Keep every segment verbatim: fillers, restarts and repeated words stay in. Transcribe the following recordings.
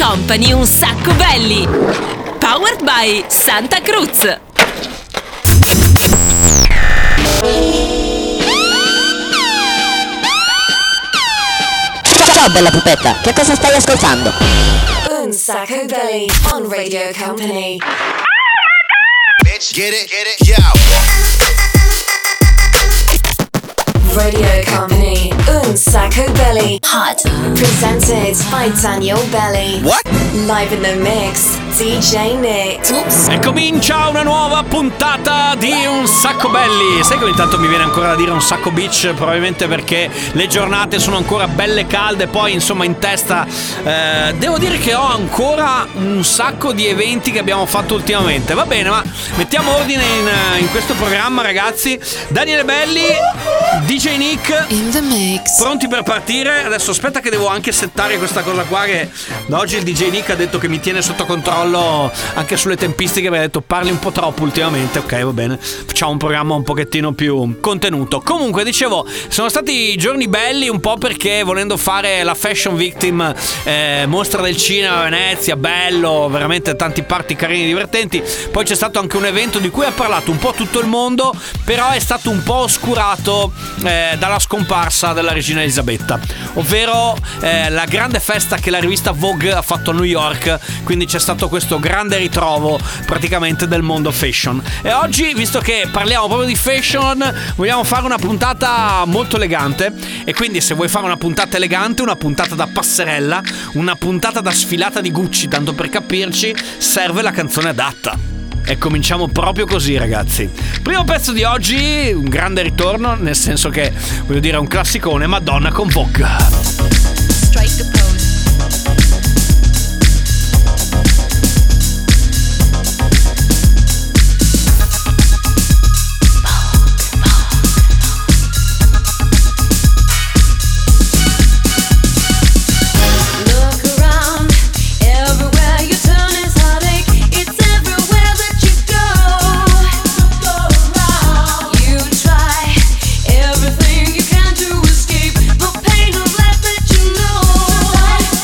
Company, un sacco belli. Powered by Santa Cruz. Ciao bella pupetta, che cosa stai ascoltando? Un sacco belli on Radio Company. Bitch, get it, get it, yo. Radio Company, Un Sacco Belly. Hot. Presented by Daniel Belly. What? Live in the mix, D J Nick. Oops. E comincia una nuova puntata di Un Sacco Belli. Sai che ogni tanto mi viene ancora da dire Un Sacco Beach, probabilmente perché le giornate sono ancora belle calde. Poi insomma in testa eh, devo dire che ho ancora un sacco di eventi che abbiamo fatto ultimamente. Va bene, ma mettiamo ordine in, in questo programma, ragazzi. Daniele Belli, D J Nick In the mix. pronti per partire. Adesso aspetta che devo anche settare questa cosa qua, che da oggi il D J Nick ha detto che mi tiene sotto controllo anche sulle tempistiche, mi ha detto parli un po' troppo ultimamente. Ok, va bene, facciamo un programma un pochettino più contenuto. Comunque dicevo, sono stati giorni belli un po' perché volendo fare la Fashion Victim eh, mostra del cinema a Venezia, bello, veramente tanti party carini, divertenti. Poi c'è stato anche un evento di cui ha parlato un po' tutto il mondo, però è stato un po' oscurato eh, dalla scomparsa della regina Elisabetta, ovvero eh, la grande festa che la rivista Vogue ha fatto a New York. Quindi c'è stato questo grande ritrovo praticamente del mondo fashion. E oggi, visto che parliamo proprio di fashion, vogliamo fare una puntata molto elegante. E quindi se vuoi fare una puntata elegante, una puntata da passerella, una puntata da sfilata di Gucci, tanto per capirci, serve la canzone adatta. E cominciamo proprio così, ragazzi. Primo pezzo di oggi, un grande ritorno, nel senso che, voglio dire, è un classicone, Madonna con Vogue. Strike the pose. Everything you can to escape the pain of life that you know.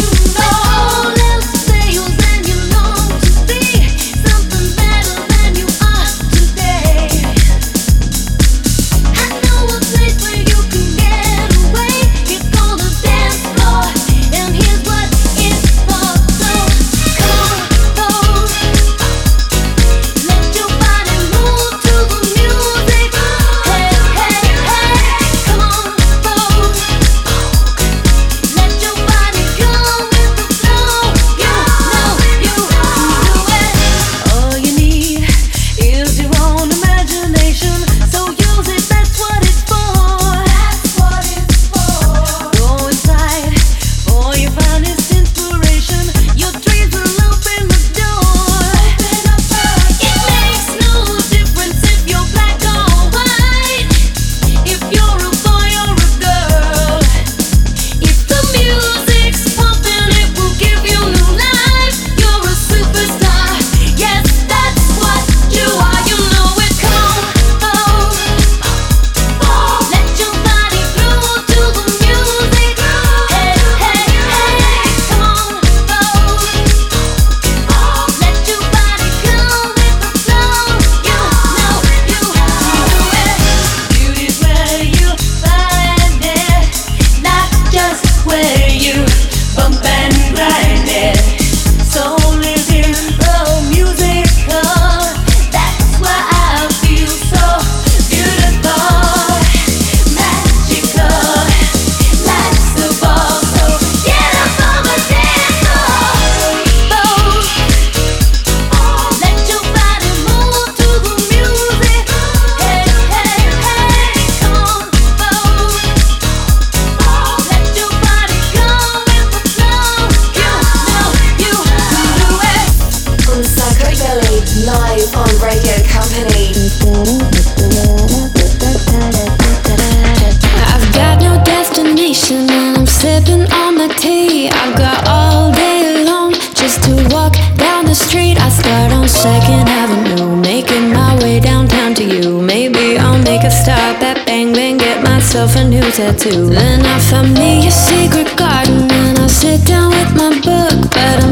Second Avenue, making my way downtown to you. Maybe I'll make a stop at Bang Bang, get myself a new tattoo. Then I find me a secret garden and I sit down with my book, but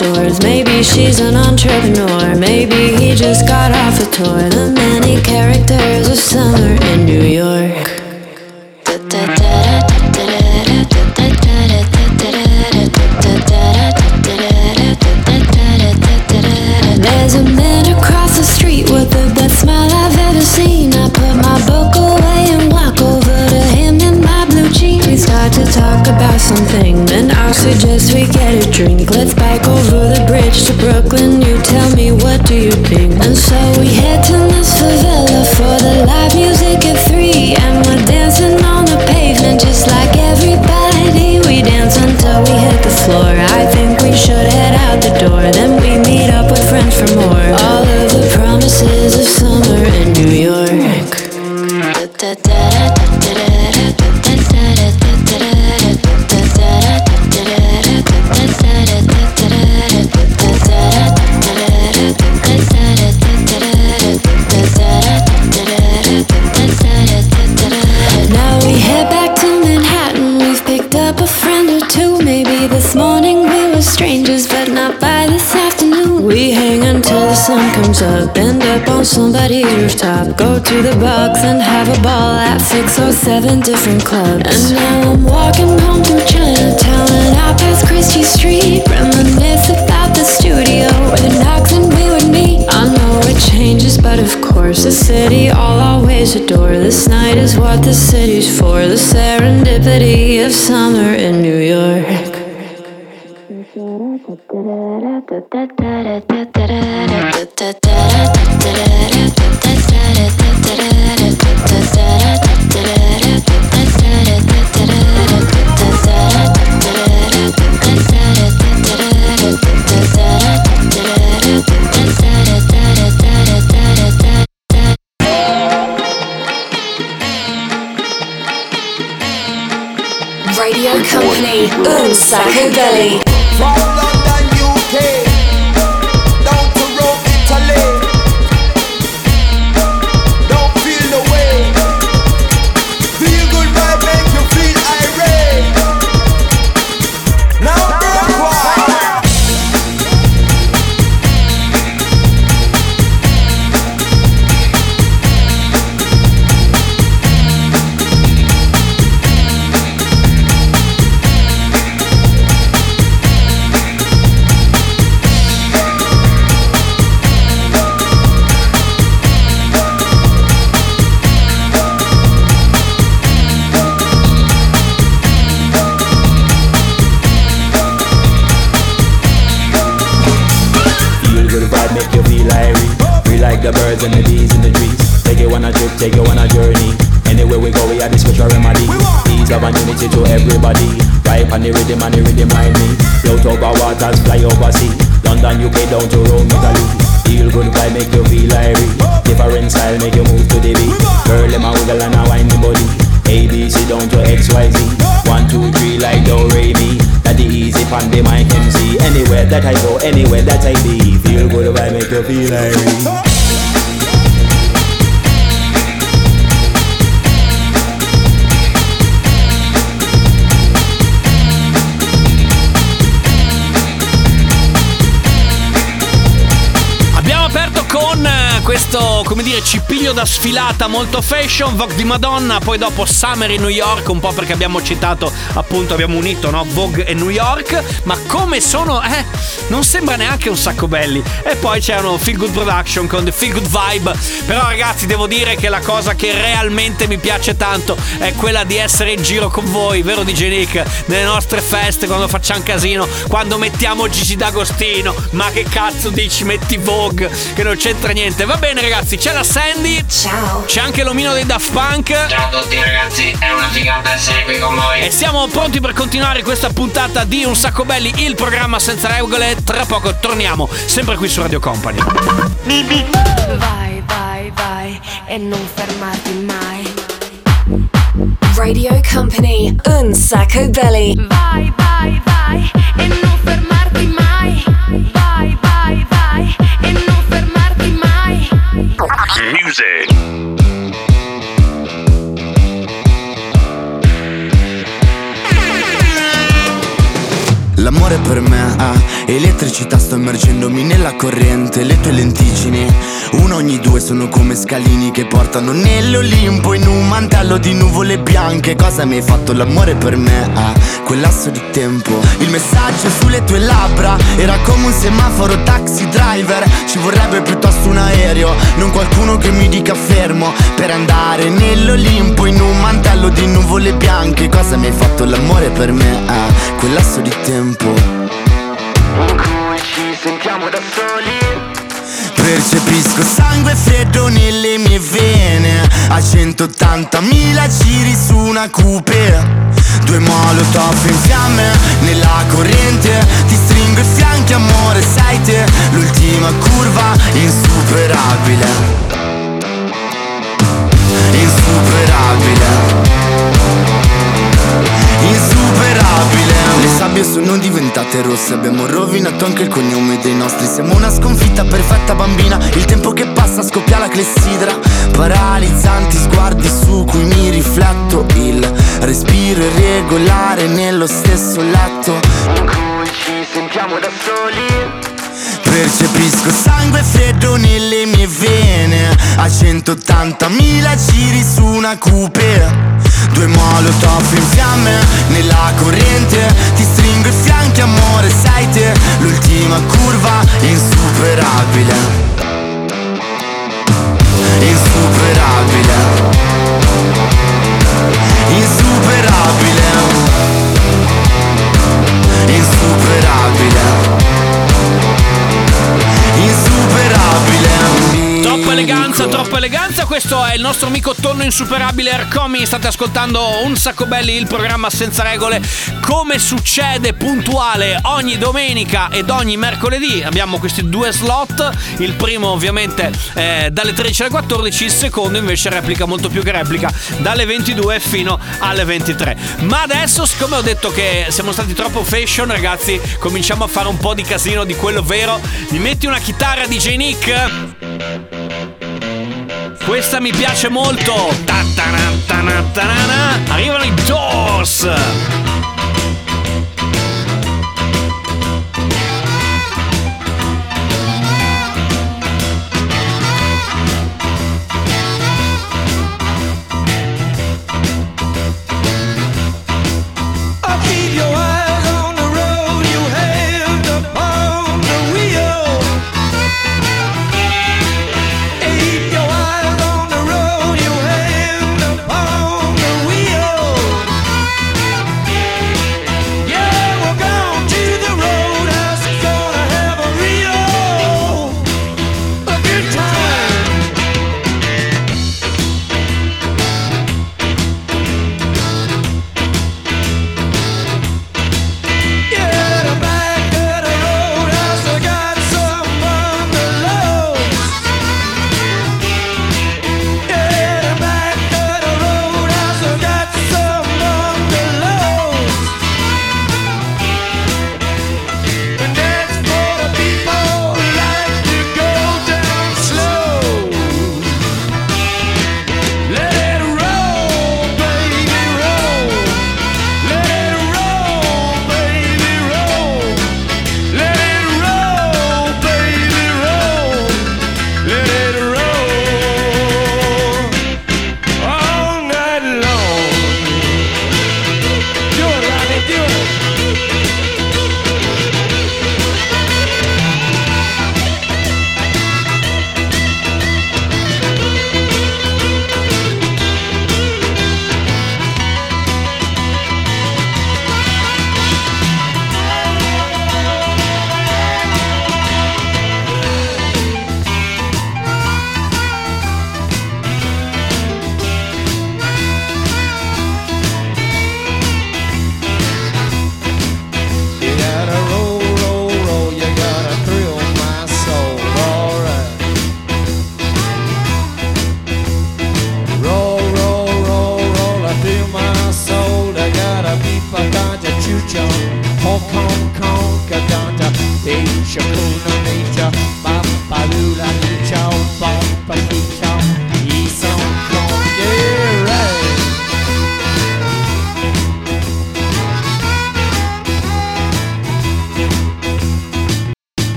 stores. Maybe she's an entrepreneur. Maybe he just got off a tour. The many characters of summer in New York. There's a man across the street with the best smile I've ever seen. I put my book away and walk over to him in my blue jeans. We start to talk about something, then I'll suggest we get a drink. Let's bike over the bridge to Brooklyn. You tell me, what do you think? And so we head to Miss Favela for the live music at three. And we're dancing on the pavement just like everybody. We dance until we hit the floor. I think we should head out the door. Then we meet up with friends for more. All of the promises of summer in New York. Now we head back to Manhattan. We've picked up a friend or two. Maybe this morning we were strangers, but not by this afternoon. We hang until the sun comes up, end up on somebody's rooftop. Go to the box and have a ball at six or seven different clubs. And now I'm walking home through Chinatown and out past Christie Street. Reminisce about the studio where the knocks and we would meet. I know it changes, but of course the city I'll always adore. This night is what the city's for. The serendipity of summer in New York. Radio Company, Un Sacco Belly. From London, U K, down to Rome, Italy. Don't feel the way. Feel good vibe make you feel irate. Now broke wide. Make you feel irie. We like the birds and the bees in the trees. Take you on a trip, take you on a journey. Anywhere we go, we have this special remedy. Peace, love and unity to everybody. Ripe on the rhythm and the rhythm ride me. Float over waters, fly over sea. London, U K, down to Rome, Italy. Feel good vibe, make you feel irie. Different style, make you move to the beat. Girl, them a wiggle and a wine the body. A, B, C, down to X, Y, Z. One, two, three, like do, re, mi. That the easy pan, the mic, M C. Anywhere that I go, anywhere that I be. Feel good vibe, make you feel irie. Questo, come dire, cipiglio da sfilata molto fashion, Vogue di Madonna, poi dopo Summer in New York, un po' perché abbiamo citato, appunto, abbiamo unito, no? Vogue e New York, ma come sono, eh, non sembra neanche un sacco belli. E poi c'erano Feel Good Production con The Feel Good Vibe. Però ragazzi, devo dire che la cosa che realmente mi piace tanto è quella di essere in giro con voi, vero D J Nick? Nelle nostre feste, quando facciamo casino, quando mettiamo Gigi D'Agostino. Ma che cazzo dici, metti Vogue, che non c'entra niente. Va bene ragazzi, c'è la Sandy. Ciao. C'è anche l'omino dei Daft Punk. Ciao a tutti ragazzi, è una figata essere qui con voi. E siamo pronti per continuare questa puntata di Un Sacco Belli, il programma senza regole. Tra poco torniamo, sempre qui su Radio Company. Vai, vai, vai e non fermarti mai. Radio Company, Un Sacco Belly. Vai, vai, vai e non fermarti mai. Vai, vai, vai e non fermarti mai. Music. L'amore per me Elettricità, sto immergendomi nella corrente. Le tue lenticine, uno ogni due, sono come scalini che portano nell'Olimpo in un mantello di nuvole bianche. Cosa mi hai fatto l'amore per me? Ah, quel lasso di tempo. Il messaggio sulle tue labbra era come un semaforo taxi driver. Ci vorrebbe piuttosto un aereo, non qualcuno che mi dica fermo, per andare nell'Olimpo in un mantello di nuvole bianche. Cosa mi hai fatto l'amore per me? Ah, quel lasso di tempo in cui ci sentiamo da soli. Percepisco sangue freddo nelle mie vene, a centottantamila giri su una coupe. Due molotov in fiamme nella corrente, ti stringo i fianchi amore, sei te l'ultima curva insuperabile. Insuperabile. Insuperabile. Le sabbie sono diventate rosse, abbiamo rovinato anche il cognome dei nostri. Siamo una sconfitta perfetta bambina, il tempo che passa scoppia la clessidra. Paralizzanti sguardi su cui mi rifletto, il respiro irregolare nello stesso letto in cui ci sentiamo da soli. Percepisco sangue freddo nelle mie vene, a centottantamila giri su una coupe. Due molotov in fiamme nella corrente, ti stringo i fianchi amore, sei te l'ultima curva insuperabile. Insuperabile. Insuperabile. Insuperabile. Insuperabile. Troppa eleganza, troppa eleganza. Questo è il nostro amico tonno insuperabile Ercomi. State ascoltando Un Sacco Belli, il programma senza regole, come succede puntuale ogni domenica ed ogni mercoledì. Abbiamo questi due slot. Il primo ovviamente eh, dalle tredici alle quattordici, il secondo invece replica molto più che replica, dalle ventidue fino alle ventitré. Ma adesso, siccome ho detto che siamo stati troppo fashion, ragazzi, cominciamo a fare un po' di casino di quello vero. Mi metti una chitarra D J Nick? Questa mi piace molto. Arrivano i Doors.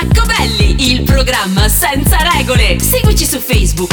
sacco belli, il programma senza regole. Seguici su Facebook.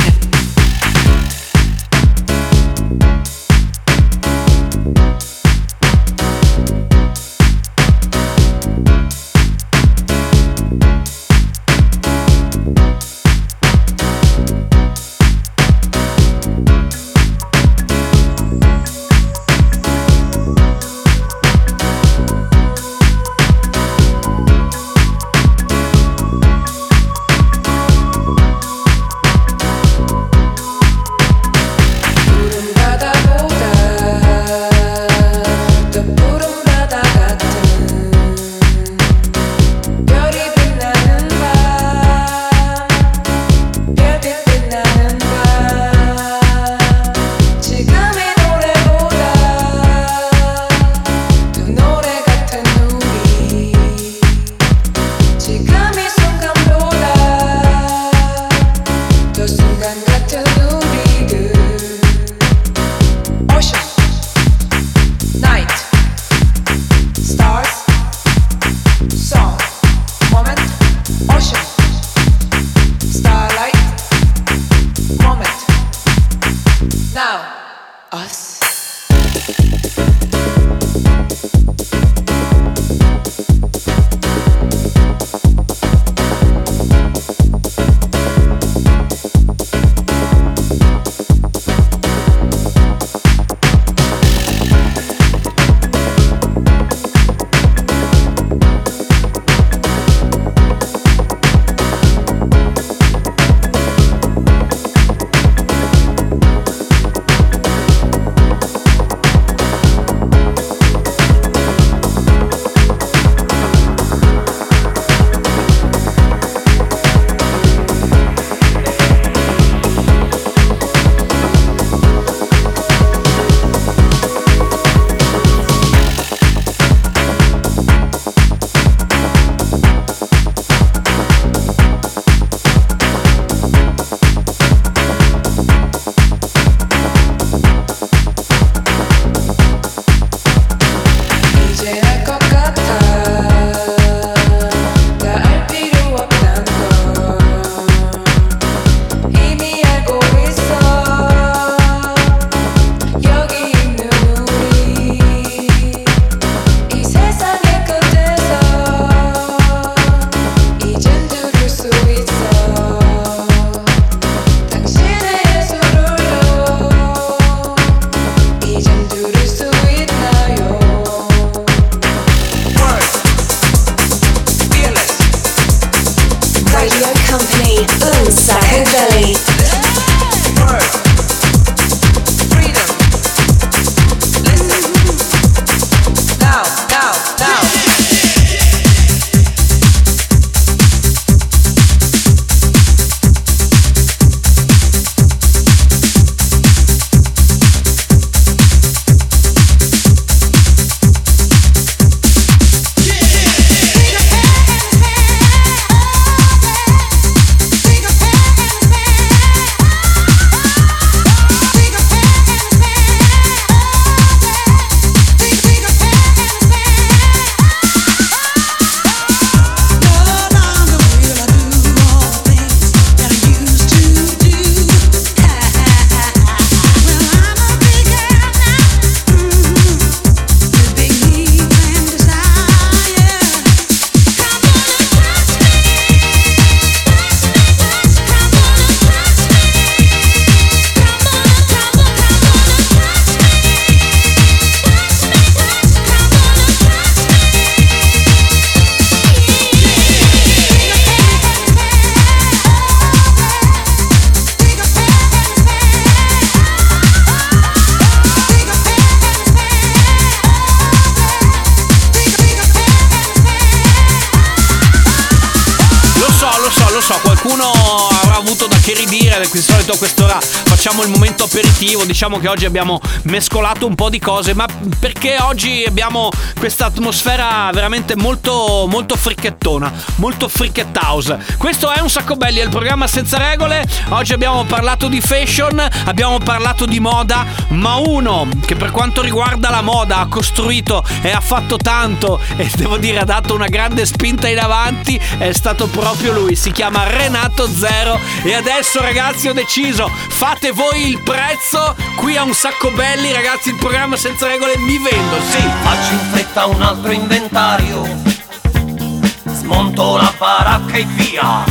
che ridire. Di solito a quest'ora facciamo il momento aperitivo. Diciamo che oggi abbiamo mescolato un po' di cose, ma perché oggi abbiamo questa atmosfera veramente molto molto fricchettona, molto fricket house. Questo è Un Sacco Belli, è il programma senza regole. Oggi abbiamo parlato di fashion, abbiamo parlato di moda, ma uno che per quanto riguarda la moda ha costruito e ha fatto tanto, e devo dire ha dato una grande spinta in avanti, è stato proprio lui. Si chiama Renato Zero. E adesso, ragazzi, ho deciso, fate voi il prezzo qui a Un Sacco Belli, ragazzi. Il programma senza regole mi vendo, sì. Faccio in fretta un altro inventario, smonto la baracca e via,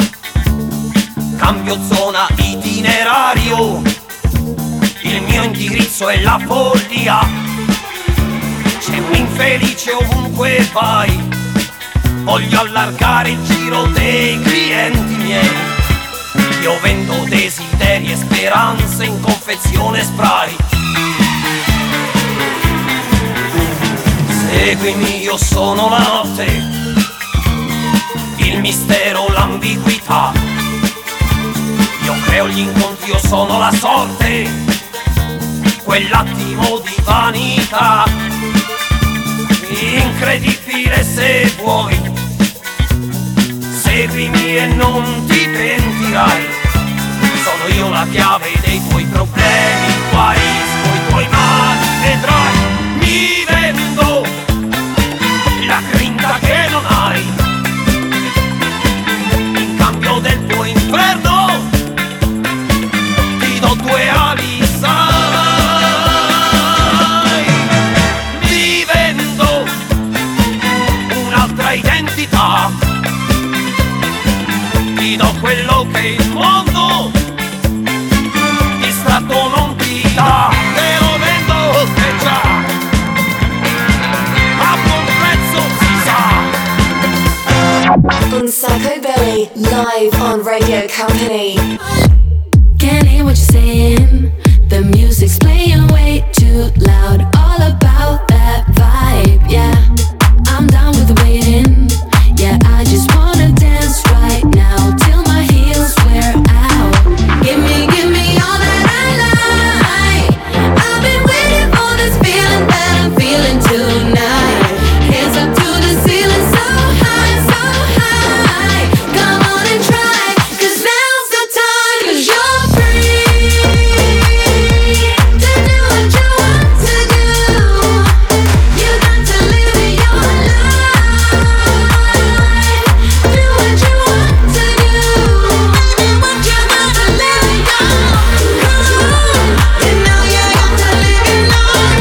cambio zona itinerario, il mio indirizzo è la follia, c'è un infelice ovunque vai, voglio allargare il giro dei clienti miei, io vendo desideri e speranze in confezione spray. Seguimi, io sono la notte, il mistero, l'ambiguità. Io creo gli incontri, io sono la sorte, quell'attimo di vanità. Incredibile se vuoi, seguimi e non ti pentirai. Sono io la chiave dei tuoi problemi, guai, coi tuoi mali vedrai. Mi vendo la grinta che non hai, in cambio del tuo inferno ti do due ali, sai. Mi vendo un'altra identità, ti do quello che il mondo distratto non ti dà. Te lo vendo che già Un Sacco Belly, live on Radio Company. Can't hear what you're saying. The music's playing way too loud. All about that vibe, yeah. I'm down with the waiting. Yeah, I just wanna dance right now till my heels wear out. Give me, give me all that I like. I've been waiting for this feeling that I'm feeling tonight. Hands up to the ceiling, so high, so high. Come on and try, 'cause now's the time, 'cause you're free to do what you want to do. You got to live your life. Do what you want to do. What you got to live your life. You know you got to live your life.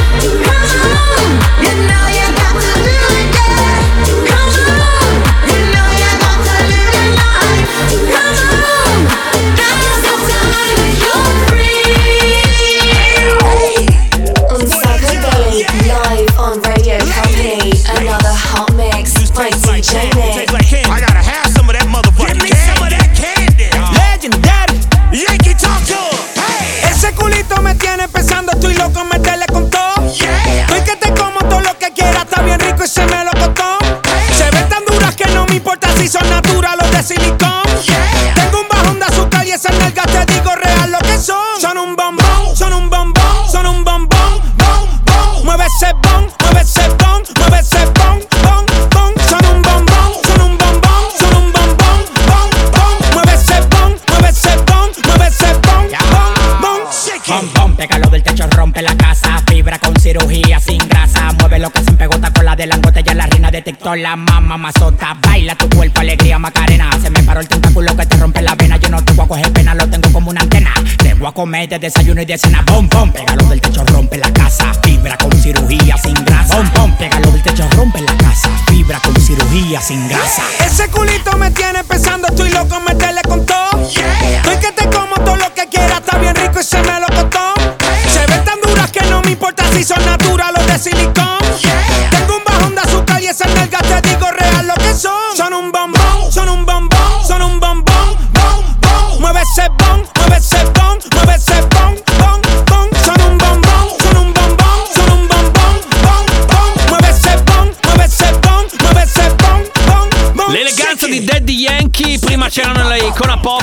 You know you got to do it, yeah. Come on, you know you got to live your life. Come on, that's the time you're free. Un Sacco Belly, live on Radio Company. Another hot mix by D J Nick. I gotta have some of that motherfucking candy. Some of that candy. Legendary. Yankee talk to him. Hey. Ese culito me tiene pensando, estoy loco en meterle con todo. Yeah. Estoy que te como todo lo que quiera, está bien rico y se me lo costó. Hey. Se ven tan duras que no me importa si son naturales o de silicón. Yeah. Tengo un bajón de azúcar y esas nalgas te digo real lo que son. Son un bombón, son un bombón, son un bombón, bom, bom. Mueve ese bon, mueve ese bon, mueve ese bon, bon, bon. Son un bombón, son un bombón, son un bombón, bom, bom. Mueve ese bon, mueve ese bon, mueve ese bon, bom, bom. Bom, bom, pégalo del techo, rompe la casa. Fibra con cirugía sin grasa. Mueve lo que se empegota con la de langote. Ya la reina de TikTok, la mamá mazota. Baila tu cuerpo, alegría, Macarena. Se me paró el tentáculo que te rompe la vena. Yo no te voy a coger pena, lo tengo como una antena. Te voy a comer de desayuno y de cena. Bom, bom, pégalo del techo, rompe la casa. Fibra con cirugía sin grasa. Bom, bom, pégalo del techo, rompe la casa. Fibra con cirugía sin grasa. Ese culito me tiene pensando, estoy loco en meterle con todo. Yeah. Estoy que te como todo lo que quiera, está bien rico y se me lo costó. Hey. Se ven tan duras que no me importa si son naturales o de silicón. Yeah. Tengo un bajón de azúcar y esas nalgas te digo real lo que son. Son un bombón, son un bombón, son un bombón, bom, bom. Mueve ese bon, mueve ese bon, mueve ese bon, bon, bon. Son un bombón, son un bombón, son un bombón, bom, bom. Mueve ese bon, mueve ese bon, mueve ese bon, bon, bon. L'eleganza di Daddy Yankee. Prima c'erano le Icona Pop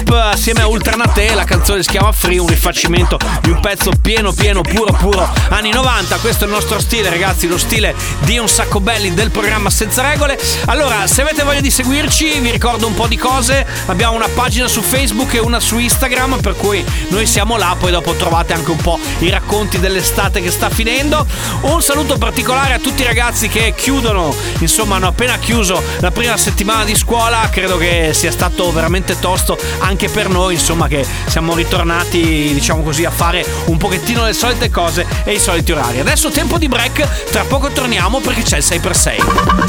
insieme a Ultranate, la canzone si chiama Free, un rifacimento di un pezzo pieno pieno, puro puro anni novanta. Questo è il nostro stile, ragazzi, lo stile di Un Sacco Belli del programma Senza Regole. Allora, se avete voglia di seguirci, vi ricordo un po' di cose. Abbiamo una pagina su Facebook e una su Instagram, per cui noi siamo là, poi dopo trovate anche un po' i racconti dell'estate che sta finendo. Un saluto particolare a tutti i ragazzi che chiudono, insomma hanno appena chiuso la prima settimana di scuola. Credo che sia stato veramente tosto anche per noi, insomma, che siamo ritornati, diciamo così, a fare un pochettino le solite cose e i soliti orari. Adesso tempo di break, tra poco torniamo perché c'è il sei per sei.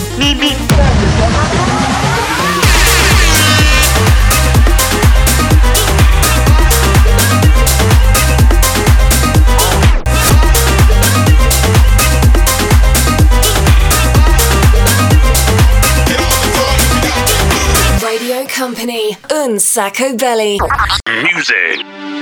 Radio Company, Un Sacco Belly. Music.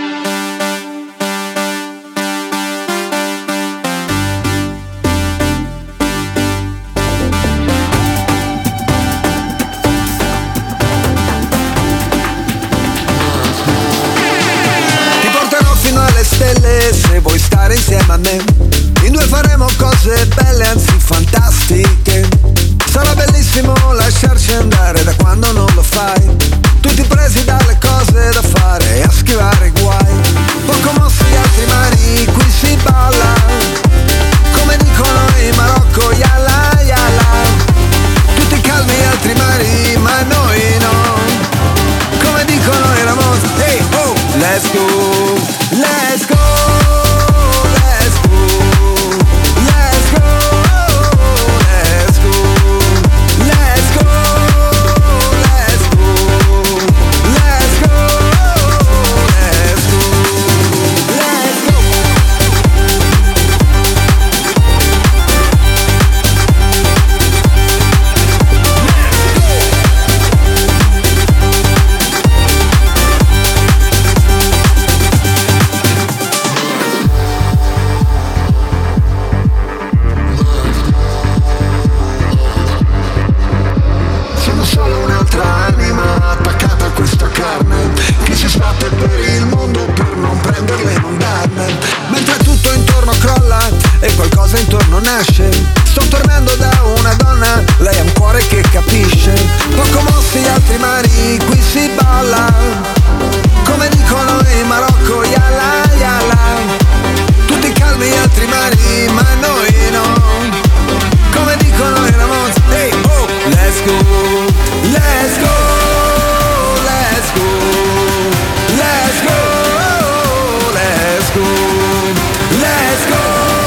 Ti porterò fino alle stelle se vuoi stare insieme a me. In due faremo cose belle, anzi fantastiche. Sarà bellissimo lasciarci andare da quando non lo fai. Tutti presi dalle cose da fare e a schivare i guai. Poco mossi altri mari, qui si balla. Come dicono in Marocco, yalla yalla. Tutti calmi altri mari, ma noi no. Come dicono i Ramos, hey oh, let's go, let's go. Intorno nasce. Sto tornando da una donna, lei ha un cuore che capisce. Poco mossi altri mari, qui si balla. Come dicono in Marocco, yalla yalla. Tutti calmi altri mari, ma noi no. Come dicono i Ramos, hey oh, let's go, let's go, let's go, let's go, let's go, let's go.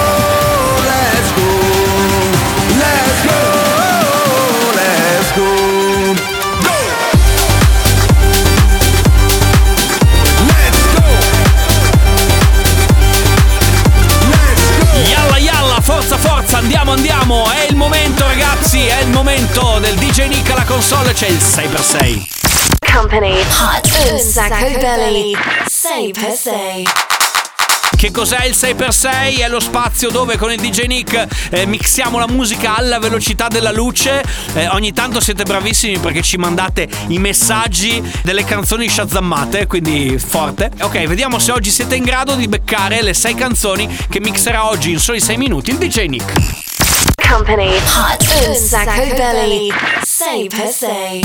Forza, forza, andiamo, andiamo, è il momento ragazzi, è il momento del D J Nick alla console, c'è il sei per sei. Company, Hot Un Sacco Belly, sei per sei. Che cos'è il sei per sei? È lo spazio dove con il D J Nick eh, mixiamo la musica alla velocità della luce. Eh, ogni tanto siete bravissimi perché ci mandate i messaggi delle canzoni shazammate, quindi forte. Ok, vediamo se oggi siete in grado di beccare le sei canzoni che mixerà oggi in soli sei minuti il D J Nick. Company, Hot Un Sacco Belly, sei per sei.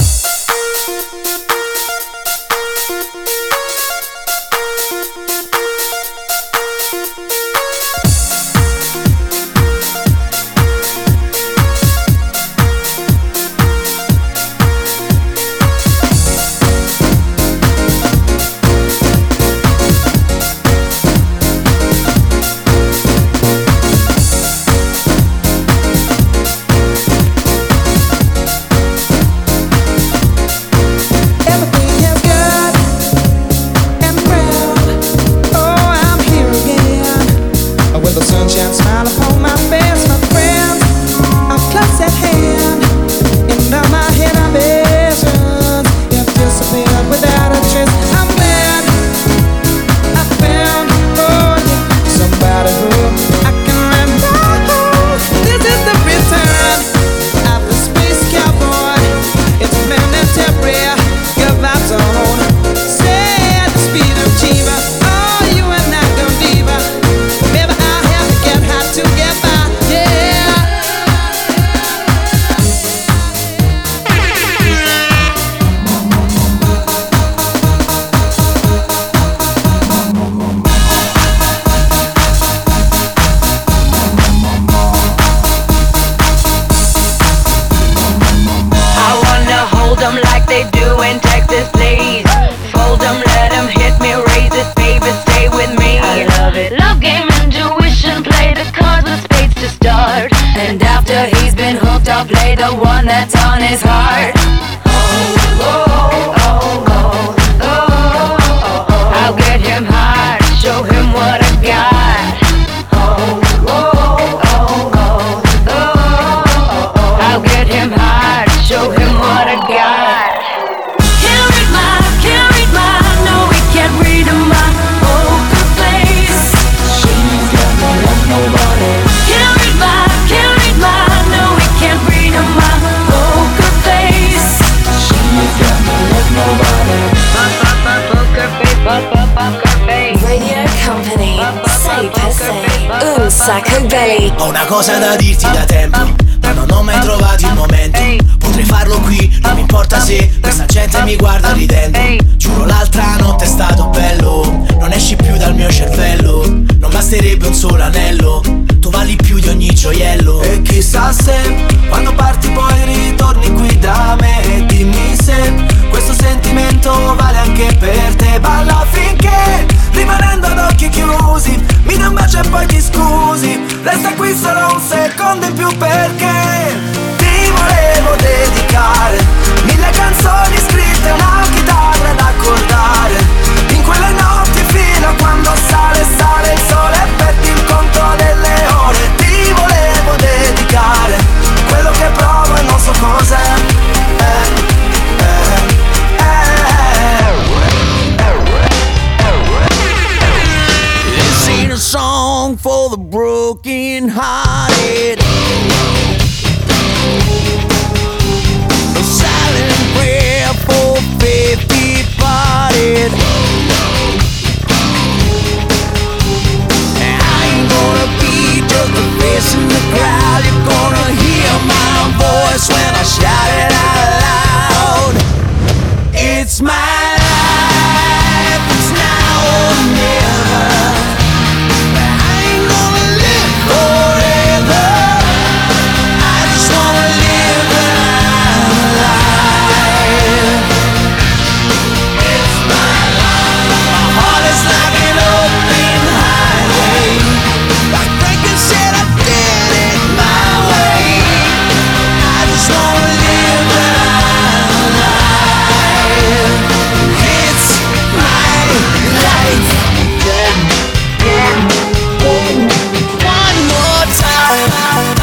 Say after he's been hooked, I'll play the one that's on his heart. Oh, oh, oh, oh, oh, oh, oh. I'll get him hard, show him what I got. Oh, oh, oh, oh, oh, oh, oh. I'll get him hard, show him what I got. Can't read my, can't read my, no, he can't read my poker face. She's got me like nobody. Can't read my, can't read my, no, he can't read my poker face. She's got me like nobody. Poker face, poker face. Radio Company, sei per sei, un sacco belli. Ho una cosa da dirti da tempo, ma non ho mai trovato il momento. Potrei farlo qui, non mi importa se questa gente mi guarda ridendo. Giuro l'altra notte è stato bello, non esci più dal mio cervello. Non basterebbe un solo anello, tu vali più di ogni gioiello. E chissà se quando parti poi ritorni qui da me. E dimmi se questo sentimento vale anche per te. Balla finché, rimanendo ad occhi chiusi, mi dai un bacio e poi ti scusi. Resta qui solo un secondo in più perché ti volevo dedicare mille canzoni scritte, una chitarra da accordare. In quelle notti fino a quando sale, sale il sole e perdi il conto delle ore. Ti volevo dedicare quello che provo e non so cos'è. eh, eh, This ain't a song for the broken hearted. A silent prayer for faith departed. I ain't gonna be just a face in the crowd. You're gonna hear my voice when I shout it out loud. It's my life, it's now or never. I ain't gonna live forever. I just wanna live my life. It's my life. My heart is like an open highway. Like Franklin said, I did it my way. I just wanna live my life. It's my life. One more time.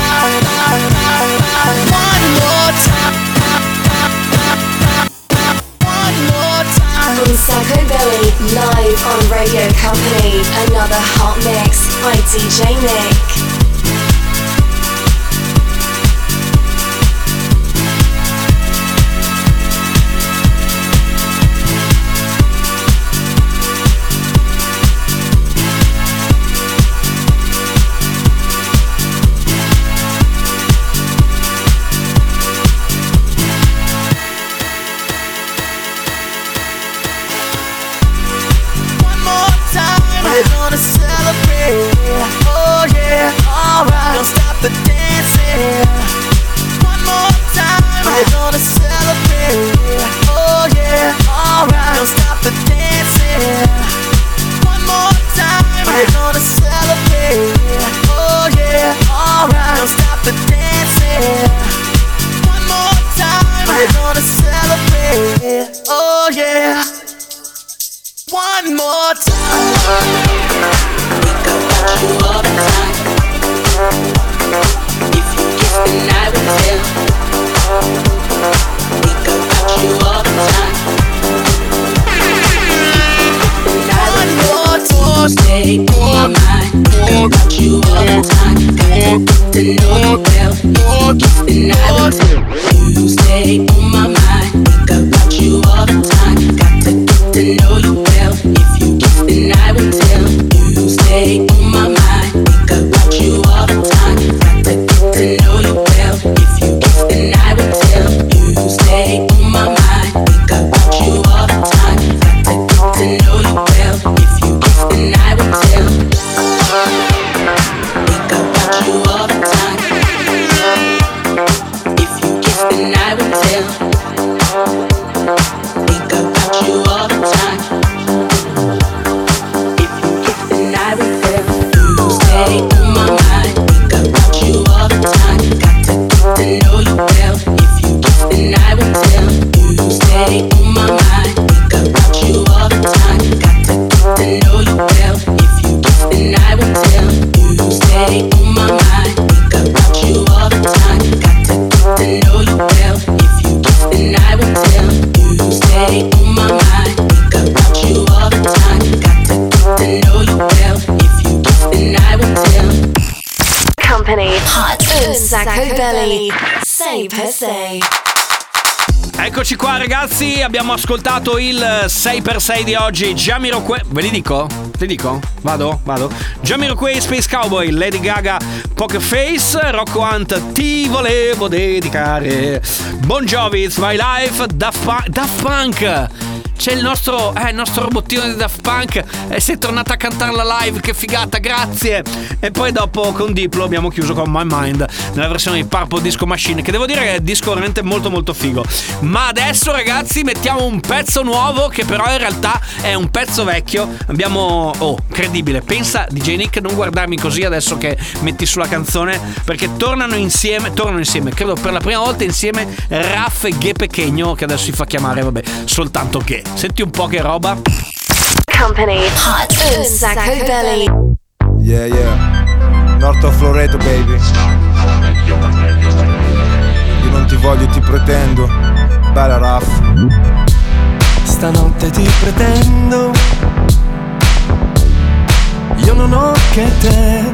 One more time. One more time. Un sacco belli, live on Radio Company. Another hot mix by D J Nick. One more time, we're gonna celebrate. Oh yeah, alright. Don't stop the dancing. One more time, we're gonna celebrate. Oh yeah, alright. Don't stop the dancing. One more time, we're gonna celebrate. Oh yeah, alright. Don't stop the dancing. One more time, we're gonna celebrate. Oh yeah. One more time. Think about you all the time. If you kiss, then I will tell. Think about you all the time. One more time. Stay on my mind. Think about you all the time. Got to get to know you well. If you kiss, then I will tell. You stay on my mind. Think about you all the time. Got to get to know you well. If you kiss, then I will tell. You stay on my mind. Think about you all the time. Got to get to know you well. If you kiss, then I will tell. You stay on my mind. Think about you all the time. Got to get to know you well. If you kiss, then I will tell. Think about you all the time. If you kiss, then I will tell. Hot un sacco belli. Sei per sei. Eccoci qua ragazzi, abbiamo ascoltato il sei per sei di oggi. Jamiroquai, ve li dico? Te dico? Vado? Vado? Jamiroquai, Space Cowboy, Lady Gaga, Poker Face, Rocco Hunt, Ti volevo dedicare, Bon Jovi, It's My Life, Daft Punk, Daft Punk. C'è il nostro, eh, il nostro robottino di Daft Punk e sei tornata a cantarla live, che figata, grazie. E poi dopo con Diplo abbiamo chiuso con My Mind nella versione di Purple Disco Machine, che devo dire che è disco veramente molto molto figo. Ma adesso ragazzi mettiamo un pezzo nuovo che però in realtà è un pezzo vecchio. Abbiamo, oh, credibile, pensa D J Nick, non guardarmi così adesso che metti sulla canzone, perché tornano insieme, tornano insieme, credo per la prima volta insieme Raff e Ghe Pechegno, che adesso si fa chiamare, vabbè, soltanto Ghe. Senti un po' che roba. Company Hot un sacco belli. Yeah, yeah. North of Loreto, baby. Io non ti voglio, ti pretendo. Bella Raff. Stanotte ti pretendo. Io non ho che te.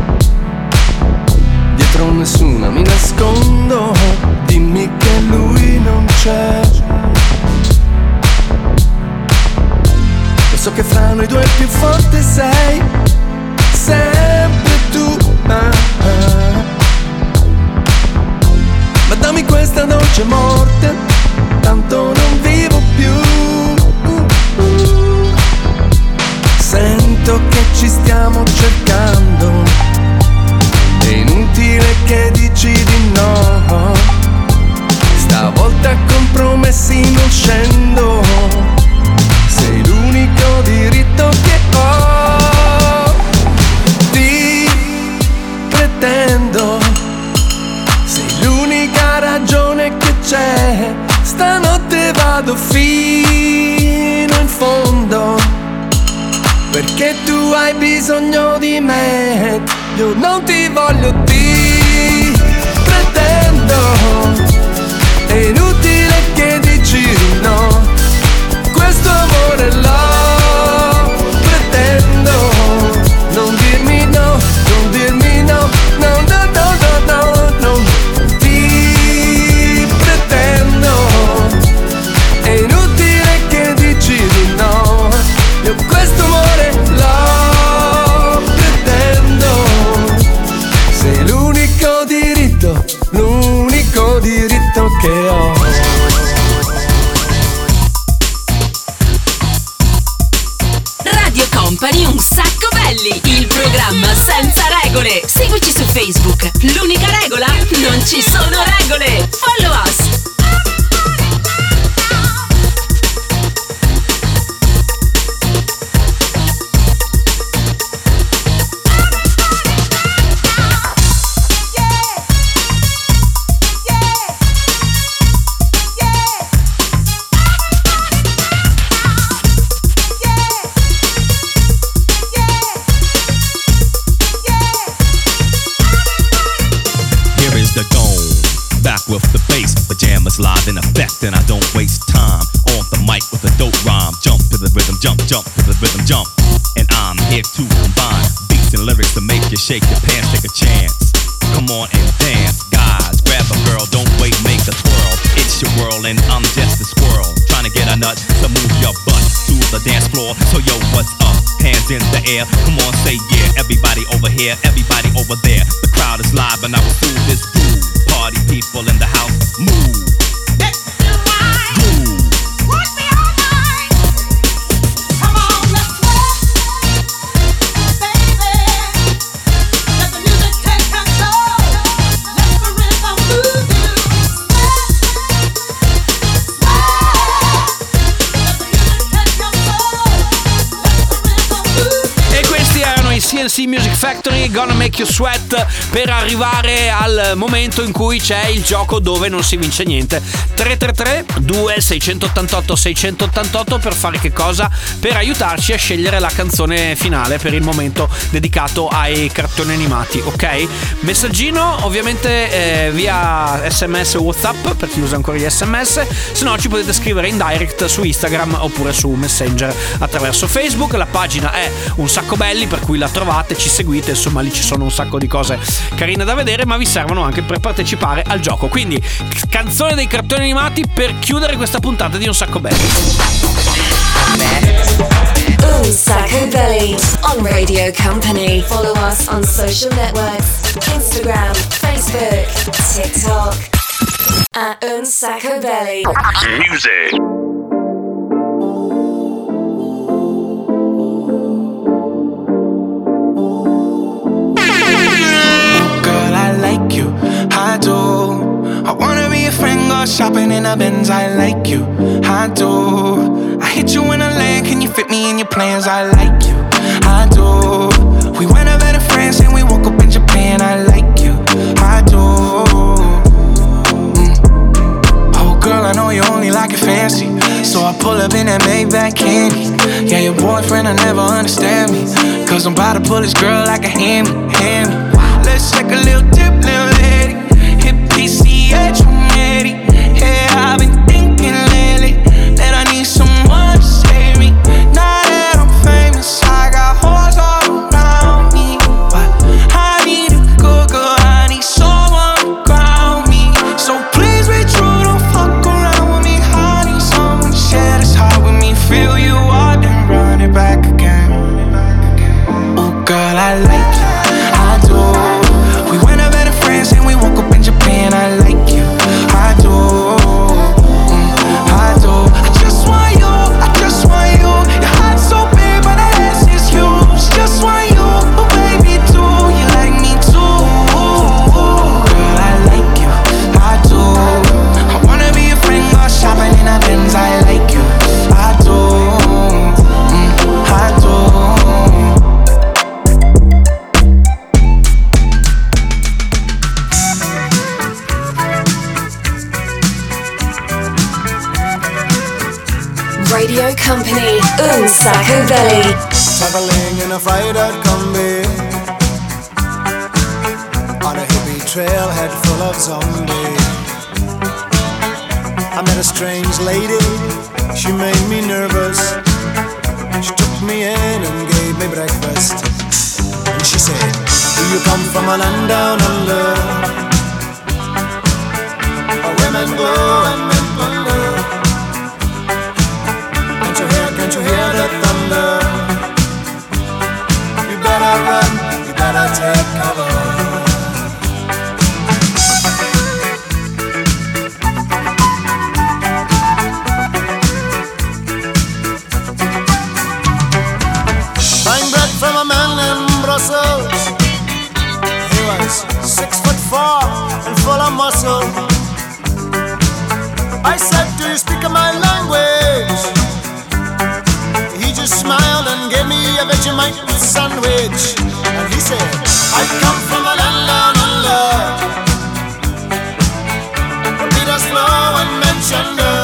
Dietro nessuna mi nascondo. Dimmi che lui non c'è. So che fra noi due il più forte sei sempre tu, ah, ah. Ma dammi questa dolce morte, tanto non vivo più. uh, uh. Sento che ci stiamo cercando, è inutile che dici di no. Stavolta compromessi non scendo. Sei l'unico diritto che ho. Ti pretendo. Sei l'unica ragione che c'è. Stanotte vado fino in fondo, perché tu hai bisogno di me. Io non ti voglio, ti pretendo. È inutile che dici di no. Questo amore lo pretendo. Non dirmi no, non dirmi no, no, no, no, no, no, no. Ti pretendo. È inutile che dici di no. Io questo amore lo pretendo. Sei l'unico diritto, l'unico diritto che ho. Company un sacco belli, il programma senza regole. Seguici su Facebook. L'unica regola? Non ci sono regole. Follow us. With the bass, pajamas live in effect, and I don't waste time on the mic with a dope rhyme. Jump to the rhythm, jump, jump to the rhythm, jump. And I'm here to combine beats and lyrics to make you shake your pants, take a chance. Come on and dance, guys, grab a girl, don't wait, make a twirl. It's your world and I'm just a squirrel, trying to get a nut to move your butt to the dance floor. So yo, what's up? Hands in the air, come on, say yeah. Everybody over here, everybody over there. The crowd is live and I will do this groove. Party people in the house, move. Groove. Come on, let's sweat, baby. Let the music take control. Let the rhythm move you. Sweat, sweat. E questi erano i C N C Music Factory, Gonna Make You Sweat, per arrivare al momento in cui c'è il gioco dove non si vince niente. Tre tre tre due sei otto otto sei otto otto per fare che cosa? Per aiutarci a scegliere la canzone finale per il momento dedicato ai cartoni animati, ok? Messaggino ovviamente eh, via sms o WhatsApp per chi usa ancora gli sms, se no ci potete scrivere in direct su Instagram oppure su Messenger attraverso Facebook. La pagina è Un Sacco Belli, per cui la trovate, ci seguite seguite, insomma lì ci sono un sacco di cose carine da vedere, ma vi servono anche per partecipare al gioco. Quindi canzone dei cartoni animati per chiudere questa puntata di Un Sacco Belli. Un Sacco Belly on Radio Company. Follow us on social networks, Instagram, Facebook, TikTok at Un Sacco Belly. Music. Girl, I like you, I do. I wanna be a friend, go shopping in a Benz. I like you, I do. I hit you in a land, can you fit me in your plans? I like you, I do. We went over to France and we woke up in Japan. I like you, I do. Mm. Oh girl, I know you only like it fancy, so I pull up in that Maybach candy. Yeah, your boyfriend will never understand me, cause I'm about to pull this girl like a hammy, hammy. Let's take a little dip, little lady. Hit P C H from Eddie. Yeah, I've been thinking lately that I need someone to save me. Now that I'm famous, I got hoes all around me, but I need a good girl, I need someone to ground me. So please be true, don't fuck around with me. I need someone to share this heart with me. Feel you out, then run it back again. Oh girl, I like you, I do. We went over to France and we woke up in Japan. I like you, I do, mm, I do. I just want you, I just want you. Your heart's so big, but the ass is huge. Just want you, oh baby, do you like me too? Girl, I like you, I do. I wanna be a friend, go shopping in a Benz. I like you, I do, mm, I do. Radio Company, Un Sacco Belly. Traveling in a freighter combi on a hippie trailhead full of zombies. I met a strange lady, she made me nervous. She took me in and gave me breakfast. And she said, do you come from a land down under, where women go and men plunder? Can't you hear, can't you hear the thunder? You better run, you better take cover. Buying bread from a man in Brussels. He was six foot four and full of muscle. I said, do you speak my language? He just smiled and gave me a Vegemite sandwich. And he said, I come from a land down under, where Peter's flow and Manchester.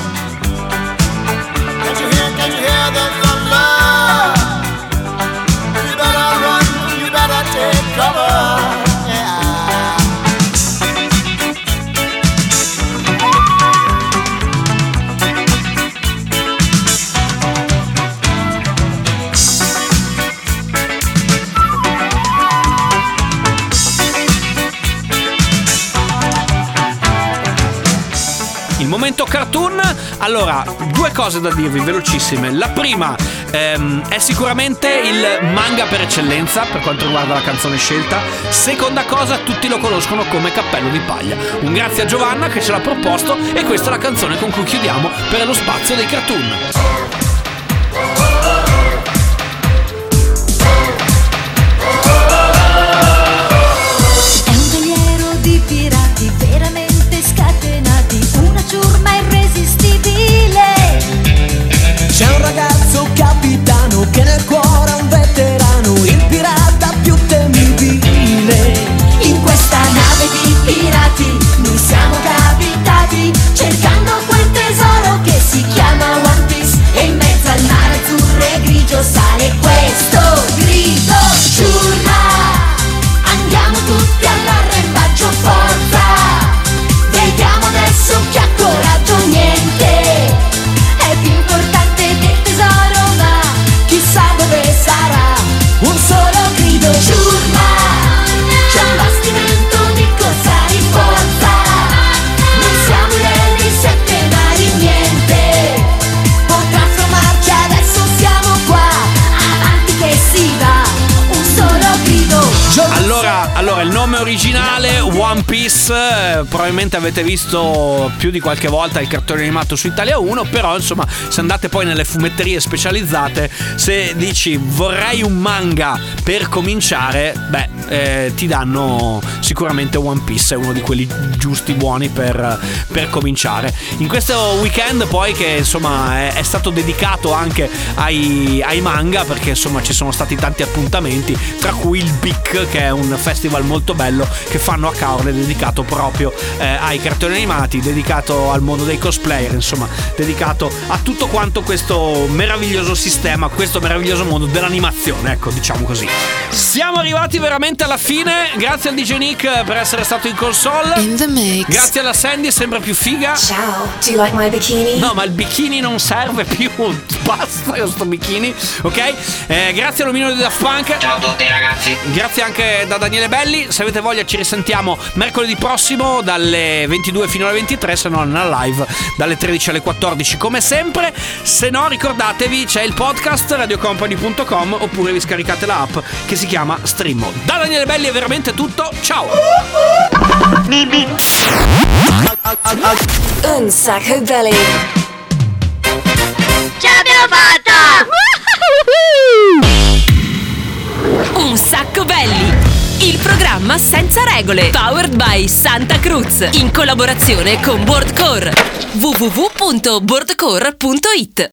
Can't you hear, can't you hear the thunder? You better run, you better take cover. Momento cartoon. Allora, due cose da dirvi velocissime. La prima ehm, è sicuramente il manga per eccellenza per quanto riguarda la canzone scelta. Seconda cosa, tutti lo conoscono come Cappello di Paglia. Un grazie a Giovanna che ce l'ha proposto, e questa è la canzone con cui chiudiamo per lo spazio dei cartoon. C'è un ragazzo capitano che nel cuore ha un veterano, il pirata più temibile. In questa nave di pirati noi siamo capitati, cercando quel tesoro che si chiama One Piece. E in mezzo nome originale One Piece, eh, probabilmente avete visto più di qualche volta il cartone animato su Italia uno, però insomma se andate poi nelle fumetterie specializzate, se dici vorrei un manga per cominciare, beh eh, ti danno sicuramente One Piece, è uno di quelli giusti, buoni per, per cominciare. In questo weekend poi che insomma è, è stato dedicato anche ai, ai manga, perché insomma ci sono stati tanti appuntamenti, tra cui il B I C, che è un festival molto bello che fanno a Caorle, dedicato proprio eh, ai cartoni animati, dedicato al mondo dei cosplayer, insomma dedicato a tutto quanto questo meraviglioso sistema, questo meraviglioso mondo dell'animazione, ecco, diciamo così. Siamo arrivati veramente alla fine. Grazie al D J Nick per essere stato in console. In the mix. Grazie alla Sandy, sempre più figa. Ciao, do you like my bikini? No, ma il bikini non serve più. Basta questo bikini, ok? Eh, grazie all'omino di Daft Punk. Ciao a tutti ragazzi. Grazie anche da Daniele Belli. Se avete voglia ci risentiamo mercoledì prossimo dalle ventidue fino alle ventitré, se no nella live dalle tredici alle quattordici come sempre. Se no ricordatevi, c'è il podcast radiocompany punto com, oppure vi scaricate la app che si chiama Streamo. Da Daniele Belli è veramente tutto. Ciao. Un sacco belly. Ce l'abbiamo fatta! Un sacco belli, il programma senza regole, powered by Santa Cruz, in collaborazione con Boardcore. w w w punto boardcore punto it.